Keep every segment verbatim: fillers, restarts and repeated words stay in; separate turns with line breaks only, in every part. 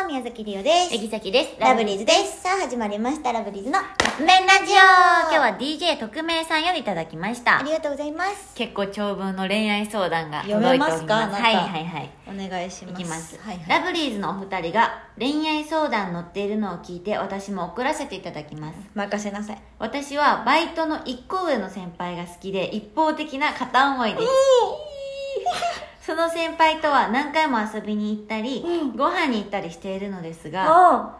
宮崎りおです。
杉崎です。
ラブリーズです。さあ始まりましたラブリーズの
革命ラジオ。今日は ディージェー 特命さんよりいただきました。
ありがとうございます。
結構長文の恋愛相談が
読め
届いております。
ますか？
はいはいはい。
お願いします。
いきます、
はいはい、
ラブリーズのお二人が恋愛相談乗っているのを聞いて私も送らせていただきます。
任せなさい。
私はバイトのいっこ上の先輩が好きで一方的な片思いです。その先輩とは何回も遊びに行ったり、うん、ご飯に行ったりしているのですが、ああ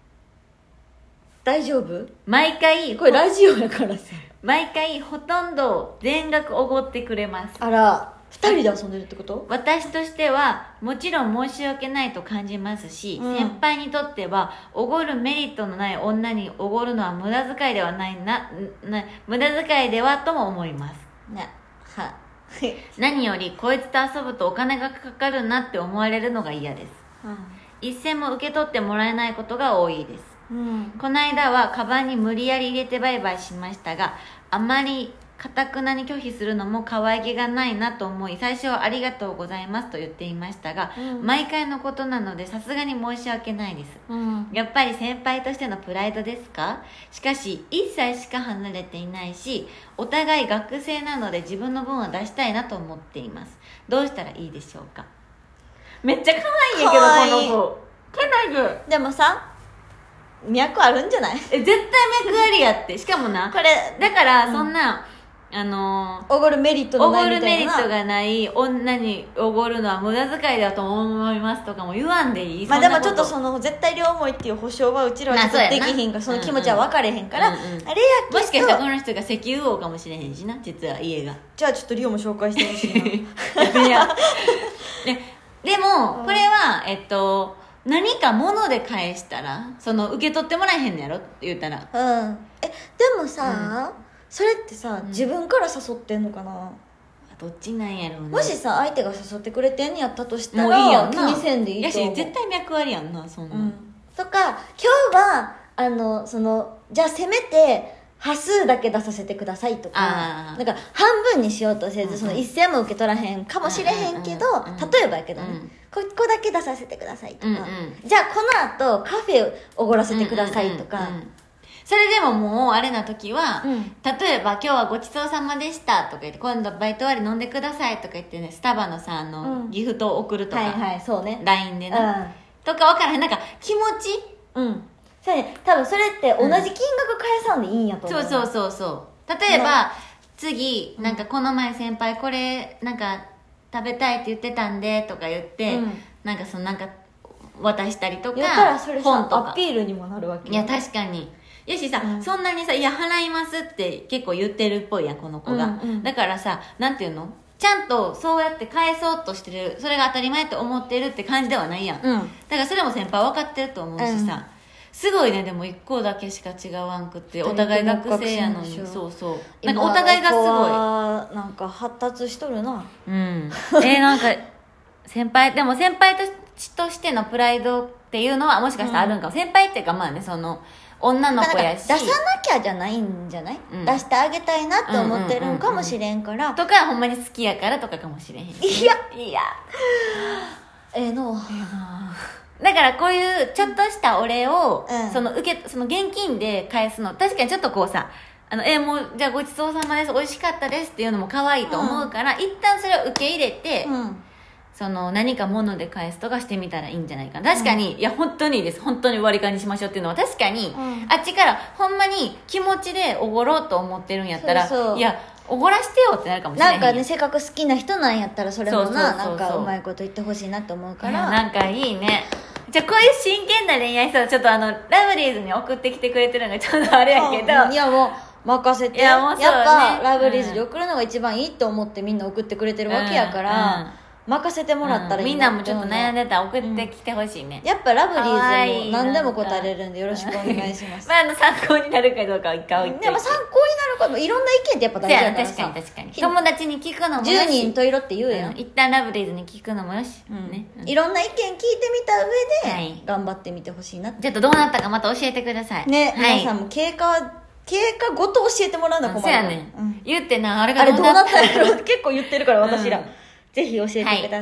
大丈夫？
毎回
これラジオやからさ、
毎回ほとんど全額おごってくれます。
あら、二人で遊んでるってこと？
私としてはもちろん申し訳ないと感じますし、うん、先輩にとってはおごるメリットのない女におごるのは無駄遣いではないな、な無駄遣いではとも思います。
ね、は
何よりこいつと遊ぶとお金がかかるなって思われるのが嫌です、うん、一銭も受け取ってもらえないことが多いです、うん、この間はカバンに無理やり入れて売買しましたが、あまり堅くなに拒否するのも可愛げがないなと思い、最初はありがとうございますと言っていましたが、うん、毎回のことなのでさすがに申し訳ないです、うん、やっぱり先輩としてのプライドですか？しかしいっさいしか離れていないし、お互い学生なので自分の分を出したいなと思っています。どうしたらいいでしょうか？めっちゃ可愛いんやけど、
かわいい
この子彼女
でもさ、脈あるんじゃない？
え、絶対脈ありやって。しかもな、
これ
だからそんな、うんあの
ー、おごるメリットのないみたいな、
おごるメリットがない女におごるのは無駄遣いだと思いますとかも言わんでいい。
まあでもちょっとその絶対両思いっていう保証はうちらはちょっとできひんから、その気持ちは分かれへんから、うんうん、あれやけど
もしかしたらこの人が石油王かもしれへんしな、実は家が。
じゃあちょっとリオも紹介してほしい
ないやで, でもこれはえっと何か物で返したらその受け取ってもらえへんのやろって言ったら、
うんえでもさ、うんそれってさ、うん、自分から誘ってんのかな？
どっちなんやろうね。
もしさ相手が誘ってくれてんやったとしたら
もういいやんな、
気にせんでいいと思う。
やし絶対脈ありやんな、そんな、うん、
とか今日はあのそのじゃあせめて端数だけ出させてくださいとか、なんか半分にしようとせず、うん、その一銭も受け取らへんかもしれへんけど、うん、例えばやけどね、うん、ここだけ出させてくださいとか、うんうん、じゃあこの後カフェおごらせてくださいとか、うんうんうん、
それでももうあれな時は、うん、例えば今日はごちそうさまでしたとか言って、今度バイト終わり飲んでくださいとか言ってね、スタバのさあの、うん、ギフトを送るとか、
はいはいそうね、
ライン でな、うん、とか分からへん、なんか気持ちうん
そうね、多分それって同じ金額返さんでいいんやと思う、
うん、そうそうそうそう例えば、ね、次なんかこの前先輩これなんか食べたいって言ってたんでとか言って、うん、なんかそのなんか渡したりとか、
やったらそれさアピールにもなるわけ。
いや確かによしさ、うん、そんなにさ、いや払いますって結構言ってるっぽいやんこの子が、うんうん、だからさ、なんていうの、ちゃんとそうやって返そうとしてる、それが当たり前って思ってるって感じではないやん、うん、だからそれも先輩分かってると思うしさ、うん、すごいね。でも一個だけしか違わんくってお互い学生やのに、そうそうなんかお互いがすごい
なんか発達しとるな。
うんえー、なんか先輩でも先輩ととしてのプライドっていうのはもしかしたらあるんかも、うん、先輩っていうかまあね、その女の子やし
出さなきゃじゃないんじゃない、うん、出してあげたいなって思ってるんかもしれんから、
とかほんまに好きやからとかかもしれへん。い
や
いや
ええの
だからこういうちょっとしたお礼を、うん、その受けその現金で返すの確かにちょっとこうさ、あのえもうじゃあごちそうさまです、美味しかったですっていうのも可愛いと思うから、うん、一旦それを受け入れて、うん、その何か物で返すとかしてみたらいいんじゃないかな。確かに、うん、いや本当にいいです、本当に割り勘にしましょうっていうのは確かに、うん、あっちからほんまに気持ちでおごろうと思ってるんやったら、
そうそう、
いやおごらしてよってなるかもしれない。
なんかね、せっかく好きな人なんやったらそれもな、なんかうまいこと言ってほしいなと思うから。
なんかいいね。じゃあこういう真剣な恋愛さ、ちょっとあのラブリーズに送ってきてくれてるのがちょっとあれやけど、
いやもう任せて、
いやもうそう、ね、
やっぱラブリーズに送るのが一番いいと思ってみんな送ってくれてるわけやから、うんうん、任せてもらったらいいな、
うん、みんなもちょっと悩んでたら送ってきてほしいね、
うん、やっぱラブリーズも何でも答えれるんでよろしくお願いします
まああの参考になるかどうかは一回置いて、
でも参考になることもいろんな意見ってやっぱ大事だからさ、
確かに確かに友達に聞くのもよし、
じゅうにんと色って言うやん、
うん、一旦ラブリーズに聞くのもよし、
うん
ねうん、
いろんな意見聞いてみた上で、はい、頑張ってみてほしいなって。
ちょっとどうなったかまた教えてください
ね、
はい、
皆さんも経過経過ごと教えてもらうのは困る。
そうやね、うん、言ってな、あれ
がどうなったんやろ結構言ってるから私ら、うん、ぜひ教えてください、はい。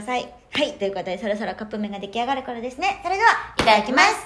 はい、ということでそろそろカップ麺が出来上がる頃ですね。それではいただきます。